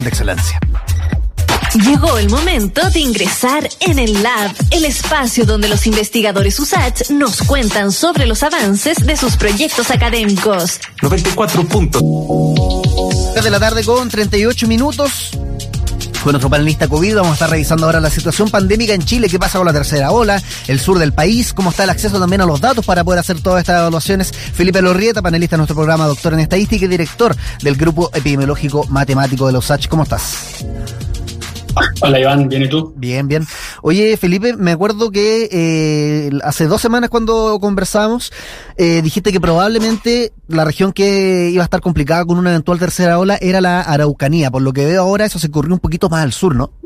de excelencia. Llegó el momento de ingresar en el Lab, el espacio donde los investigadores USACH nos cuentan sobre los avances de sus proyectos académicos. 94 puntos. De la tarde con 38 minutos. Con nuestro panelista COVID vamos a estar revisando ahora la situación pandémica en Chile, qué pasa con la tercera ola, el sur del país, cómo está el acceso también a los datos para poder hacer todas estas evaluaciones. Felipe Lorrieta, panelista de nuestro programa, doctor en estadística y director del grupo epidemiológico matemático de la USACH. ¿Cómo estás? Hola Iván, ¿bien y tú? Bien, bien. Oye Felipe, me acuerdo que hace 2 semanas cuando conversamos dijiste que probablemente la región que iba a estar complicada con una eventual tercera ola era la Araucanía. Por lo que veo ahora eso se corrió un poquito más al sur, ¿no?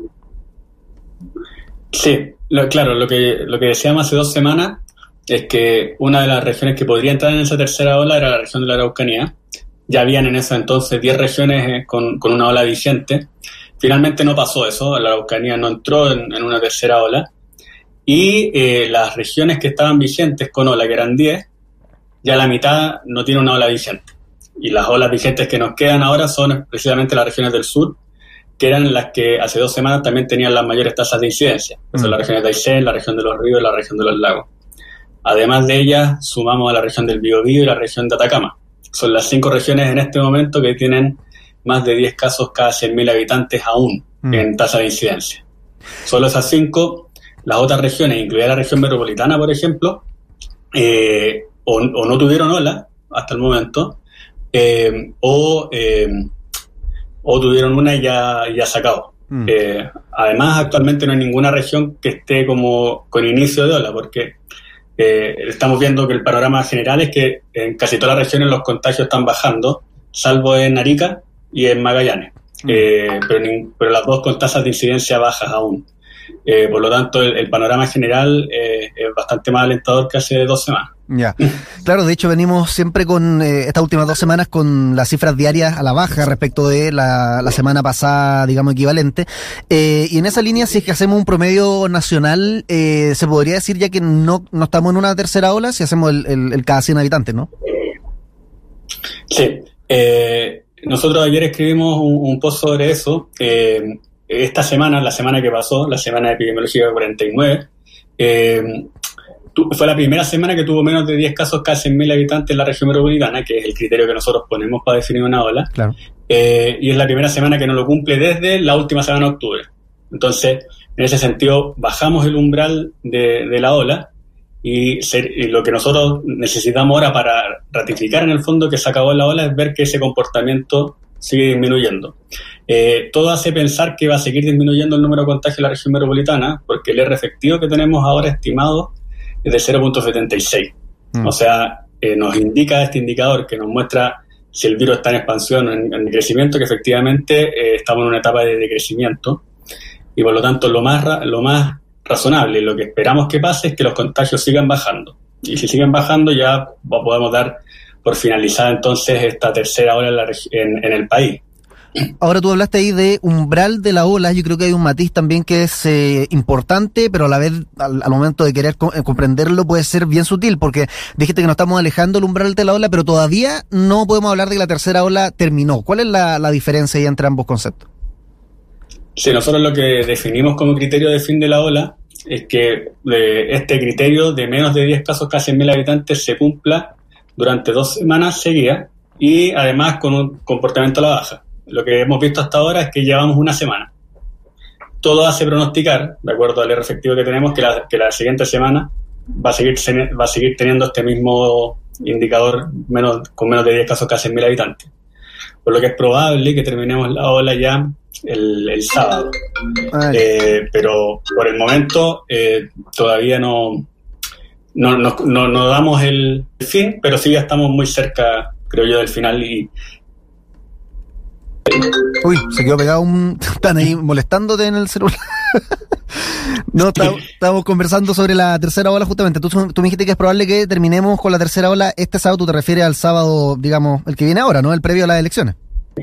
Sí, claro, lo que decíamos hace 2 semanas es que una de las regiones que podría entrar en esa tercera ola era la región de la Araucanía. Ya habían en ese entonces 10 regiones con una ola vigente. Finalmente no pasó eso, la Araucanía no entró en una tercera ola y las regiones que estaban vigentes con ola, que eran 10, ya la mitad no tiene una ola vigente. Y las olas vigentes que nos quedan ahora son precisamente las regiones del sur, que eran las que hace 2 semanas también tenían las mayores tasas de incidencia. Son las regiones de Aysén, la región de los ríos y la región de los lagos. Además de ellas, sumamos a la región del Biobío y la región de Atacama. Son las 5 regiones en este momento que tienen más de 10 casos cada 100.000 habitantes aún en tasa de incidencia. Solo esas 5, las otras regiones, incluida la región metropolitana, por ejemplo, o no tuvieron ola hasta el momento, o tuvieron una y ya se acabó. Además, actualmente no hay ninguna región que esté como con inicio de ola, porque estamos viendo que el panorama general es que en casi todas las regiones los contagios están bajando, salvo en Arica y en Magallanes, pero las 2 con tasas de incidencia bajas aún. Por lo tanto, el panorama general es bastante más alentador que hace 2 semanas. Ya, claro, de hecho venimos siempre con estas últimas 2 semanas con las cifras diarias a la baja respecto de la semana pasada, digamos, equivalente. Y en esa línea, si es que hacemos un promedio nacional, se podría decir ya que no estamos en una tercera ola si hacemos el cada 100 habitantes, ¿no? Sí. Nosotros ayer escribimos un post sobre eso. Esta semana, la semana que pasó, la semana epidemiológica 49, fue la primera semana que tuvo menos de 10 casos cada 100.000 habitantes en la región metropolitana, que es el criterio que nosotros ponemos para definir una ola. Claro. Y es la primera semana que no lo cumple desde la última semana de octubre. Entonces, en ese sentido, bajamos el umbral de la ola y lo que nosotros necesitamos ahora para ratificar en el fondo que se acabó la ola es ver que ese comportamiento sigue disminuyendo. Todo hace pensar que va a seguir disminuyendo el número de contagios en la región metropolitana, porque el R efectivo que tenemos ahora estimado es de 0.76. O sea, nos indica este indicador que nos muestra si el virus está en expansión o en crecimiento, que efectivamente estamos en una etapa de decrecimiento y por lo tanto lo más razonable, lo que esperamos que pase es que los contagios sigan bajando. Y si siguen bajando ya podemos dar por finalizada entonces esta tercera ola en el país. Ahora tú hablaste ahí de umbral de la ola, yo creo que hay un matiz también que es importante, pero a la vez al momento de querer comprenderlo puede ser bien sutil, porque dijiste que nos estamos alejando del umbral de la ola, pero todavía no podemos hablar de que la tercera ola terminó. ¿Cuál es la diferencia ahí entre ambos conceptos? Sí, nosotros lo que definimos como criterio de fin de la ola es que este criterio de menos de 10 casos cada 100.000 habitantes se cumpla durante 2 semanas seguidas y además con un comportamiento a la baja. Lo que hemos visto hasta ahora es que llevamos 1 semana. Todo hace pronosticar, de acuerdo al R efectivo que tenemos, que la siguiente semana va a seguir teniendo este mismo indicador con menos de 10 casos cada 100.000 habitantes. Por lo que es probable que terminemos la ola ya el sábado. Pero por el momento todavía no damos el fin, pero sí ya estamos muy cerca, creo yo, del final. Uy, se quedó pegado están ahí molestándote en el celular. No, estábamos conversando sobre la tercera ola justamente. Tú me dijiste que es probable que terminemos con la tercera ola este sábado. Tú te refieres al sábado, digamos, el que viene ahora, ¿no? El previo a las elecciones.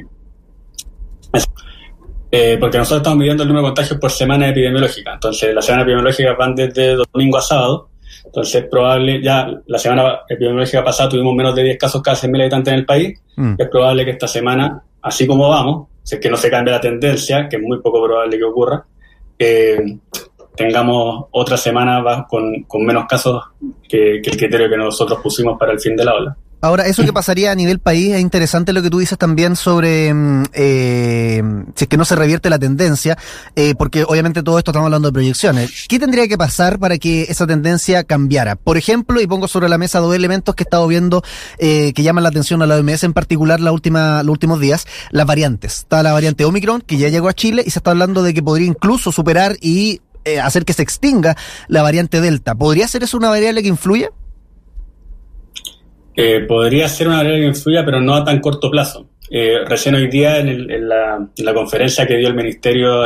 Porque nosotros estamos midiendo el número de contagios por semana epidemiológica. Entonces, las semanas epidemiológicas van desde domingo a sábado. Entonces, probable, ya la semana epidemiológica pasada tuvimos menos de 10 casos cada 100.000 habitantes en el país. Es probable que esta semana, así como vamos, si es que no se cambia la tendencia, que es muy poco probable que ocurra, tengamos otra semana con menos casos que el criterio que nosotros pusimos para el fin de la ola. Ahora, eso que pasaría a nivel país, es interesante lo que tú dices también sobre si es que no se revierte la tendencia, porque obviamente todo esto estamos hablando de proyecciones. ¿Qué tendría que pasar para que esa tendencia cambiara? Por ejemplo, y pongo sobre la mesa dos elementos que he estado viendo que llaman la atención a la OMS en particular los últimos días, las variantes. Está la variante Omicron, que ya llegó a Chile, y se está hablando de que podría incluso superar y hacer que se extinga la variante Delta. ¿Podría ser eso una variable que influya? Podría ser una variable que influya, pero no a tan corto plazo. Recién hoy día en la conferencia que dio el ministerio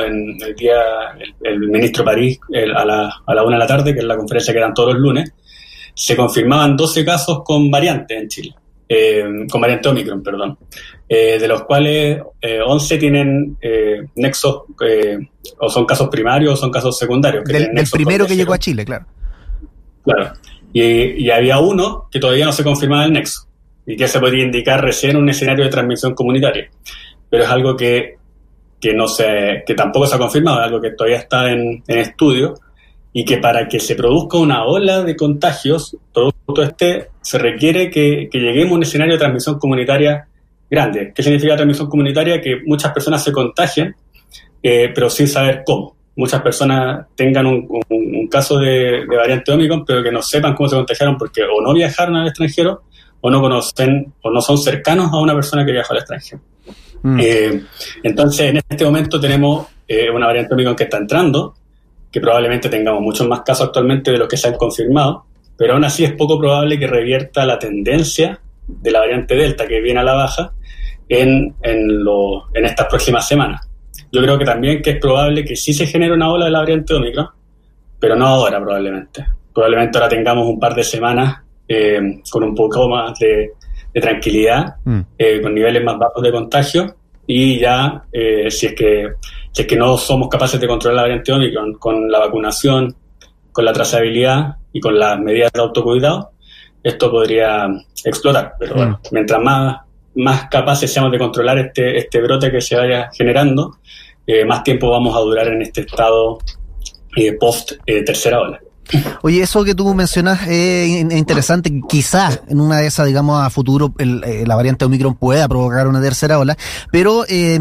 el ministro París a la 1 de la tarde, que es la conferencia que dan todos los lunes, se confirmaban 12 casos con variante en Chile, con variante Omicron, perdón, de los cuales 11 tienen nexos, o son casos primarios o son casos secundarios. Del primero que llegó a Chile, claro. Claro. Y había uno que todavía no se confirmaba el nexo y que se podría indicar recién un escenario de transmisión comunitaria, pero es algo que tampoco se ha confirmado, es algo que todavía está en estudio, y que para que se produzca una ola de contagios producto se requiere que lleguemos a un escenario de transmisión comunitaria grande. ¿Qué significa transmisión comunitaria? Que muchas personas se contagien, pero sin saber cómo. Muchas personas tengan un caso de variante Omicron, pero que no sepan cómo se contagiaron porque o no viajaron al extranjero o no conocen o no son cercanos a una persona que viajó al extranjero. Entonces, en este momento tenemos una variante Omicron que está entrando, que probablemente tengamos muchos más casos actualmente de los que se han confirmado, pero aún así es poco probable que revierta la tendencia de la variante Delta, que viene a la baja, en estas próximas semanas. Yo creo que también que es probable que sí se genere una ola de la variante Omicron, pero no ahora probablemente. Probablemente ahora tengamos un par de semanas con un poco más de tranquilidad, con niveles más bajos de contagio, y ya si es que no somos capaces de controlar la variante Omicron con la vacunación, con la trazabilidad y con las medidas de autocuidado, esto podría explotar. Pero bueno, mientras más capaces seamos de controlar este brote que se vaya generando, más tiempo vamos a durar en este estado post tercera ola. Oye, eso que tú mencionas es interesante. Quizás en una de esas, digamos, a futuro la variante Omicron pueda provocar una tercera ola, pero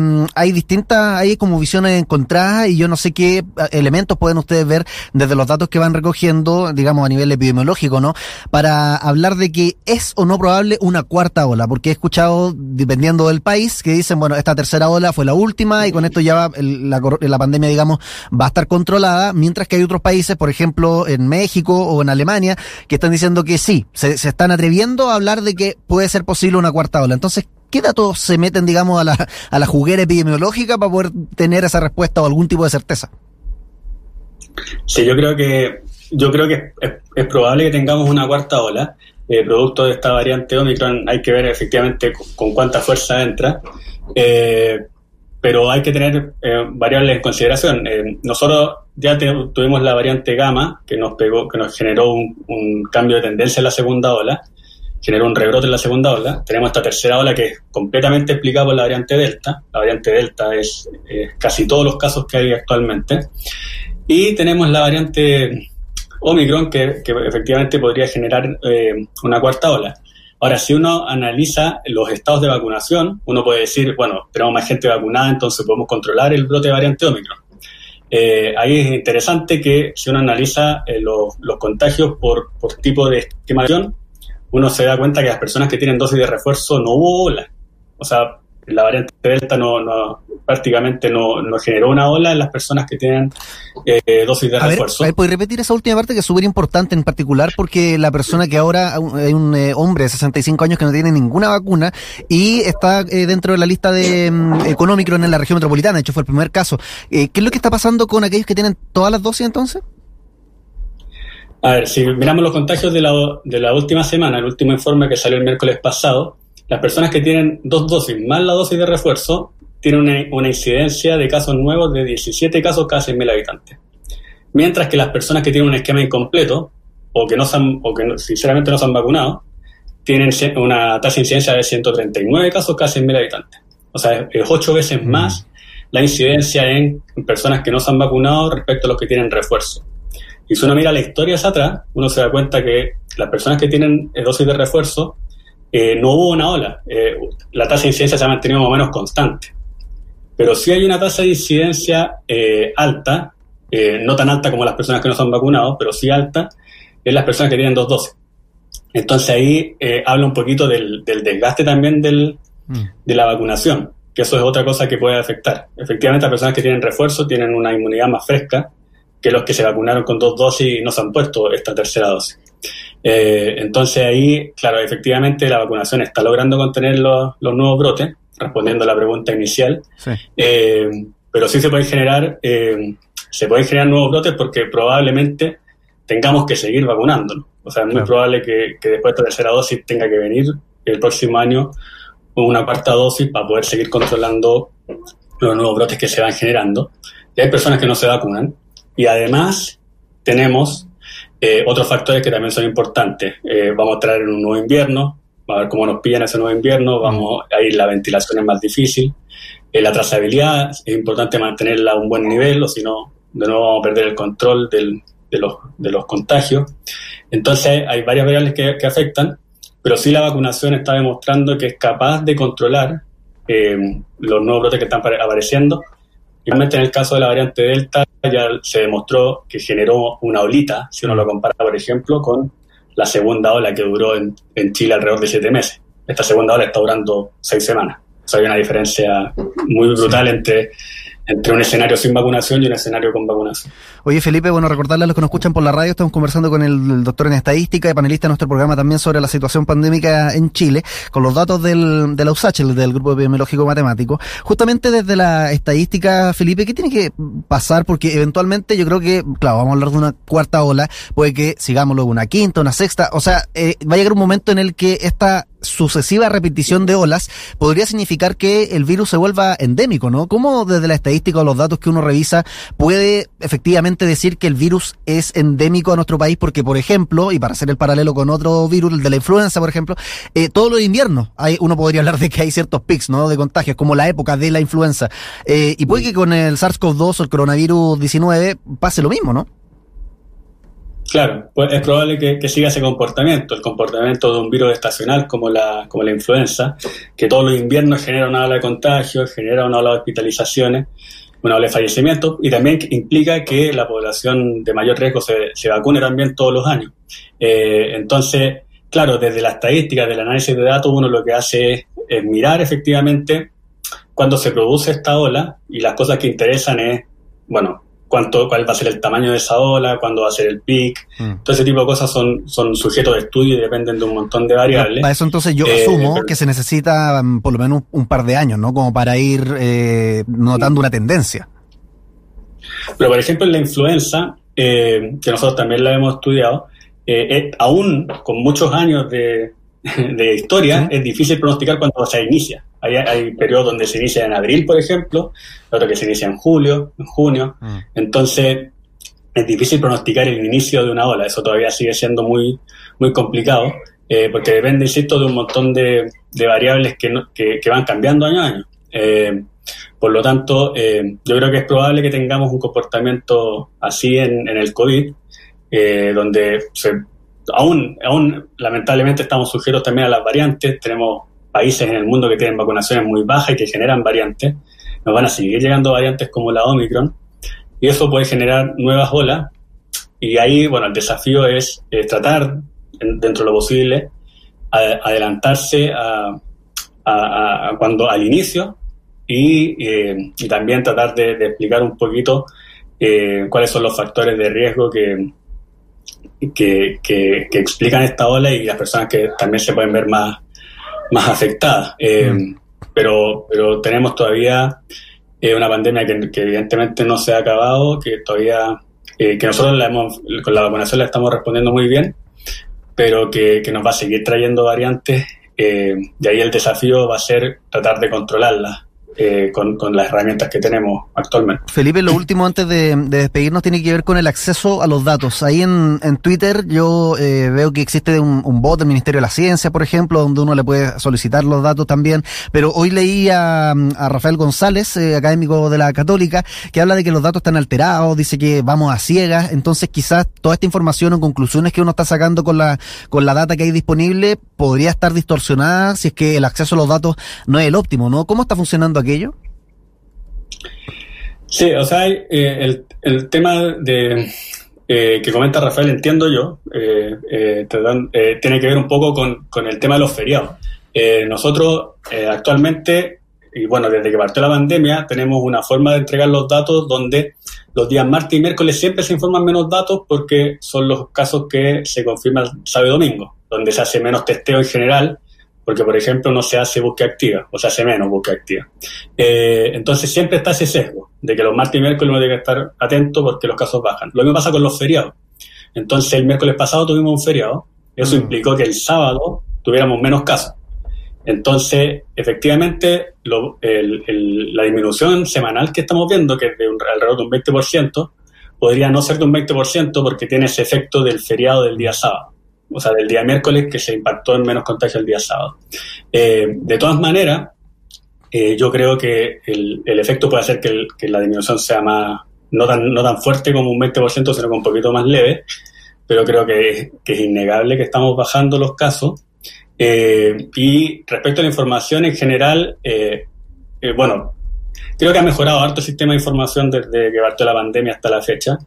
hay como visiones encontradas, y yo no sé qué elementos pueden ustedes ver desde los datos que van recogiendo, digamos, a nivel epidemiológico, ¿no? Para hablar de que es o no probable una cuarta ola, porque he escuchado, dependiendo del país, que dicen, bueno, esta tercera ola fue la última y con esto ya la pandemia, digamos, va a estar controlada, mientras que hay otros países, por ejemplo, en México o en Alemania, que están diciendo que sí, se están atreviendo a hablar de que puede ser posible una cuarta ola. Entonces, ¿qué datos se meten, digamos, a la juguera epidemiológica para poder tener esa respuesta o algún tipo de certeza? Sí, yo creo que es probable que tengamos una cuarta ola, producto de esta variante Omicron. Hay que ver efectivamente con cuánta fuerza entra, pero hay que tener variables en consideración. Nosotros ya tuvimos la variante Gamma, que nos generó un cambio de tendencia en la segunda ola, generó un rebrote en la segunda ola. Tenemos esta tercera ola que es completamente explicada por la variante Delta. La variante Delta es casi todos los casos que hay actualmente. Y tenemos la variante Omicron, que efectivamente podría generar una cuarta ola. Ahora, si uno analiza los estados de vacunación, uno puede decir, bueno, tenemos más gente vacunada, entonces podemos controlar el brote de variante Omicron. Ahí es interesante que si uno analiza los contagios por tipo de esquema de vacunación, uno se da cuenta que las personas que tienen dosis de refuerzo no hubo ola. O sea, la variante Delta prácticamente no generó una ola en las personas que tienen dosis de refuerzo. A ver, ¿puedes repetir esa última parte que es súper importante en particular? Porque la persona que ahora, hay un hombre de 65 años que no tiene ninguna vacuna y está dentro de la lista con Omicron en la región metropolitana, de hecho fue el primer caso. ¿Qué es lo que está pasando con aquellos que tienen todas las dosis entonces? A ver, si miramos los contagios de la última semana, el último informe que salió el miércoles pasado, las personas que tienen 2 dosis más la dosis de refuerzo tienen una incidencia de casos nuevos de 17 casos cada 100.000 habitantes. Mientras que las personas que tienen un esquema incompleto o que sinceramente no se han vacunado, tienen una tasa de incidencia de 139 casos cada 100.000 habitantes. o sea, es 8 veces más la incidencia en personas que no se han vacunado respecto a los que tienen refuerzo. Y si uno mira la historia hacia atrás, uno se da cuenta que las personas que tienen dosis de refuerzo, no hubo una ola. La tasa de incidencia se ha mantenido más o menos constante. Pero sí hay una tasa de incidencia alta, no tan alta como las personas que no se han vacunado, pero sí alta, en las personas que tienen 2 dosis. Entonces ahí habla un poquito del desgaste también de la vacunación, que eso es otra cosa que puede afectar. Efectivamente, las personas que tienen refuerzo tienen una inmunidad más fresca que los que se vacunaron con 2 dosis y no se han puesto esta tercera dosis. Entonces ahí, claro, efectivamente la vacunación está logrando contener los nuevos brotes, respondiendo a la pregunta inicial, sí. Pero sí se pueden generar nuevos brotes porque probablemente tengamos que seguir vacunándonos. O sea, es muy probable que después de esta tercera dosis tenga que venir el próximo año una cuarta dosis para poder seguir controlando los nuevos brotes que se van generando. Y hay personas que no se vacunan. Y además tenemos otros factores que también son importantes. Vamos a entrar en un nuevo invierno, a ver cómo nos pillan ese nuevo invierno, ahí la ventilación es más difícil. La trazabilidad es importante mantenerla a un buen nivel, o si no, de nuevo vamos a perder el control de los contagios. Entonces hay varias variables que afectan, pero sí la vacunación está demostrando que es capaz de controlar los nuevos brotes que están apareciendo. Igualmente en el caso de la variante Delta ya se demostró que generó una olita, si uno lo compara, por ejemplo, con la segunda ola que duró en Chile alrededor de 7 meses. Esta segunda ola está durando 6 semanas. O sea, hay una diferencia muy brutal entre un escenario sin vacunación y un escenario con vacunación. Oye, Felipe, bueno, recordarle a los que nos escuchan por la radio, estamos conversando con el doctor en estadística y panelista de nuestro programa también sobre la situación pandémica en Chile, con los datos de la USACH, del Grupo Epidemiológico Matemático. Justamente desde la estadística, Felipe, ¿qué tiene que pasar? Porque eventualmente yo creo que, claro, vamos a hablar de una cuarta ola, puede que sigamos luego una quinta, una sexta, o sea, va a llegar un momento en el que esta sucesiva repetición de olas podría significar que el virus se vuelva endémico, ¿no? ¿Cómo desde la estadística o los datos que uno revisa puede efectivamente decir que el virus es endémico a nuestro país? Porque, por ejemplo, y para hacer el paralelo con otro virus, el de la influenza, por ejemplo, todos los inviernos uno podría hablar de que hay ciertos pics, ¿no?, de contagios, como la época de la influenza. Y puede que con el SARS-CoV-2 o el coronavirus 19 pase lo mismo, ¿no? Claro, pues es probable que siga ese comportamiento, el comportamiento de un virus estacional como la influenza, que todos los inviernos genera una ola de contagios, genera una ola de hospitalizaciones, una ola de fallecimientos, y también implica que la población de mayor riesgo se vacune también todos los años. Entonces, claro, desde la estadística, del análisis de datos, uno lo que hace es mirar efectivamente cuándo se produce esta ola, y las cosas que interesan es, bueno, cuál va a ser el tamaño de esa ola, cuándo va a ser el pic. Todo ese tipo de cosas son sujetos de estudio y dependen de un montón de variables. Para eso entonces yo asumo que se necesita por lo menos un par de años, ¿no? Como para ir notando una tendencia. Pero por ejemplo en la influenza, que nosotros también la hemos estudiado, aún con muchos años de historia, es difícil pronosticar cuándo se inicia. Hay periodos donde se inicia en abril, por ejemplo, otro que se inicia en julio, en junio. Entonces, es difícil pronosticar el inicio de una ola. Eso todavía sigue siendo muy, muy complicado, porque depende, insisto, de un montón de variables que van cambiando año a año. Por lo tanto, yo creo que es probable que tengamos un comportamiento así en el COVID, donde aún lamentablemente estamos sujetos también a las variantes. Tenemos países en el mundo que tienen vacunaciones muy bajas y que generan variantes. Nos van a seguir llegando variantes como la Omicron, y eso puede generar nuevas olas. Y ahí, bueno, el desafío es tratar, dentro de lo posible, adelantarse al inicio y también tratar de explicar un poquito cuáles son los factores de riesgo que explican esta ola, y las personas que también se pueden ver más afectadas. Pero tenemos todavía una pandemia que evidentemente no se ha acabado, que todavía que nosotros con la vacunación la estamos respondiendo muy bien, pero que nos va a seguir trayendo variantes, y ahí el desafío va a ser tratar de controlarlas con las herramientas que tenemos actualmente. Felipe, lo último antes de despedirnos tiene que ver con el acceso a los datos. Ahí en Twitter yo veo que existe un bot del Ministerio de la Ciencia, por ejemplo, donde uno le puede solicitar los datos también, pero hoy leí a Rafael González, académico de la Católica, que habla de que los datos están alterados, dice que vamos a ciegas, entonces quizás toda esta información o conclusiones que uno está sacando con la data que hay disponible podría estar distorsionada si es que el acceso a los datos no es el óptimo, ¿no? ¿Cómo está funcionando aquello? Sí, o sea, el tema que comenta Rafael, entiendo yo, tiene que ver un poco con el tema de los feriados. Nosotros actualmente, y bueno, desde que partió la pandemia, tenemos una forma de entregar los datos donde los días martes y miércoles siempre se informan menos datos porque son los casos que se confirman sábado y domingo, donde se hace menos testeo en general, porque, por ejemplo, no se hace búsqueda activa, o se hace menos búsqueda activa. Entonces siempre está ese sesgo de que los martes y miércoles uno tiene que estar atento porque los casos bajan. Lo mismo pasa con los feriados. Entonces el miércoles pasado tuvimos un feriado, eso implicó que el sábado tuviéramos menos casos. Entonces, efectivamente, la disminución semanal que estamos viendo, que es de alrededor de un 20%, podría no ser de un 20% porque tiene ese efecto del feriado del día sábado. O sea, del día miércoles, que se impactó en menos contagio el día sábado. De todas maneras, yo creo que el efecto puede hacer que la disminución sea no tan fuerte como un 20%, sino que un poquito más leve, pero creo que es innegable que estamos bajando los casos. Y respecto a la información en general, bueno, creo que ha mejorado harto el sistema de información desde que partió la pandemia hasta la fecha.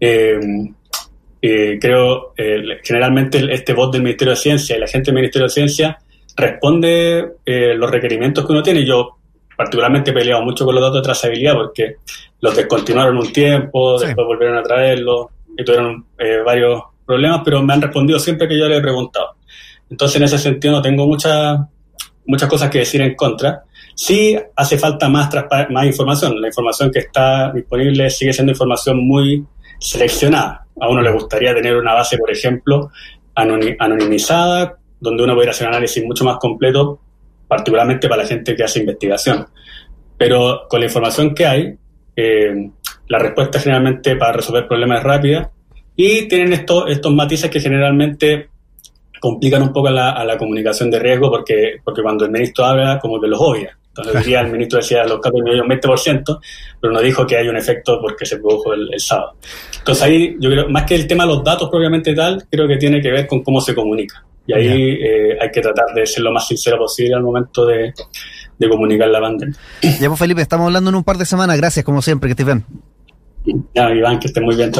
Creo generalmente este bot del Ministerio de Ciencia y la gente del Ministerio de Ciencia responde los requerimientos que uno tiene. Yo particularmente he peleado mucho con los datos de trazabilidad porque los descontinuaron un tiempo, sí. Después volvieron a traerlos y tuvieron varios problemas, pero me han respondido siempre que yo les he preguntado. Entonces, en ese sentido no tengo muchas cosas que decir en contra. Sí hace falta más información. La información que está disponible sigue siendo información muy seleccionada. A uno le gustaría tener una base, por ejemplo, anonimizada, donde uno pudiera hacer un análisis mucho más completo, particularmente para la gente que hace investigación. Pero con la información que hay, la respuesta generalmente para resolver problemas es rápida y tienen estos matices que generalmente complican un poco a la comunicación de riesgo porque cuando el ministro habla, como que los obvia. Entonces, hoy día el ministro decía los casos de un 20%, pero no dijo que hay un efecto porque se produjo el sábado. Entonces, ahí yo creo, más que el tema de los datos propiamente tal, creo que tiene que ver con cómo se comunica. Y ahí hay que tratar de ser lo más sincero posible al momento de comunicar la pandemia. Ya, pues, Felipe, estamos hablando en un par de semanas. Gracias, como siempre, que estés bien. Ya, Iván, que estés muy bien.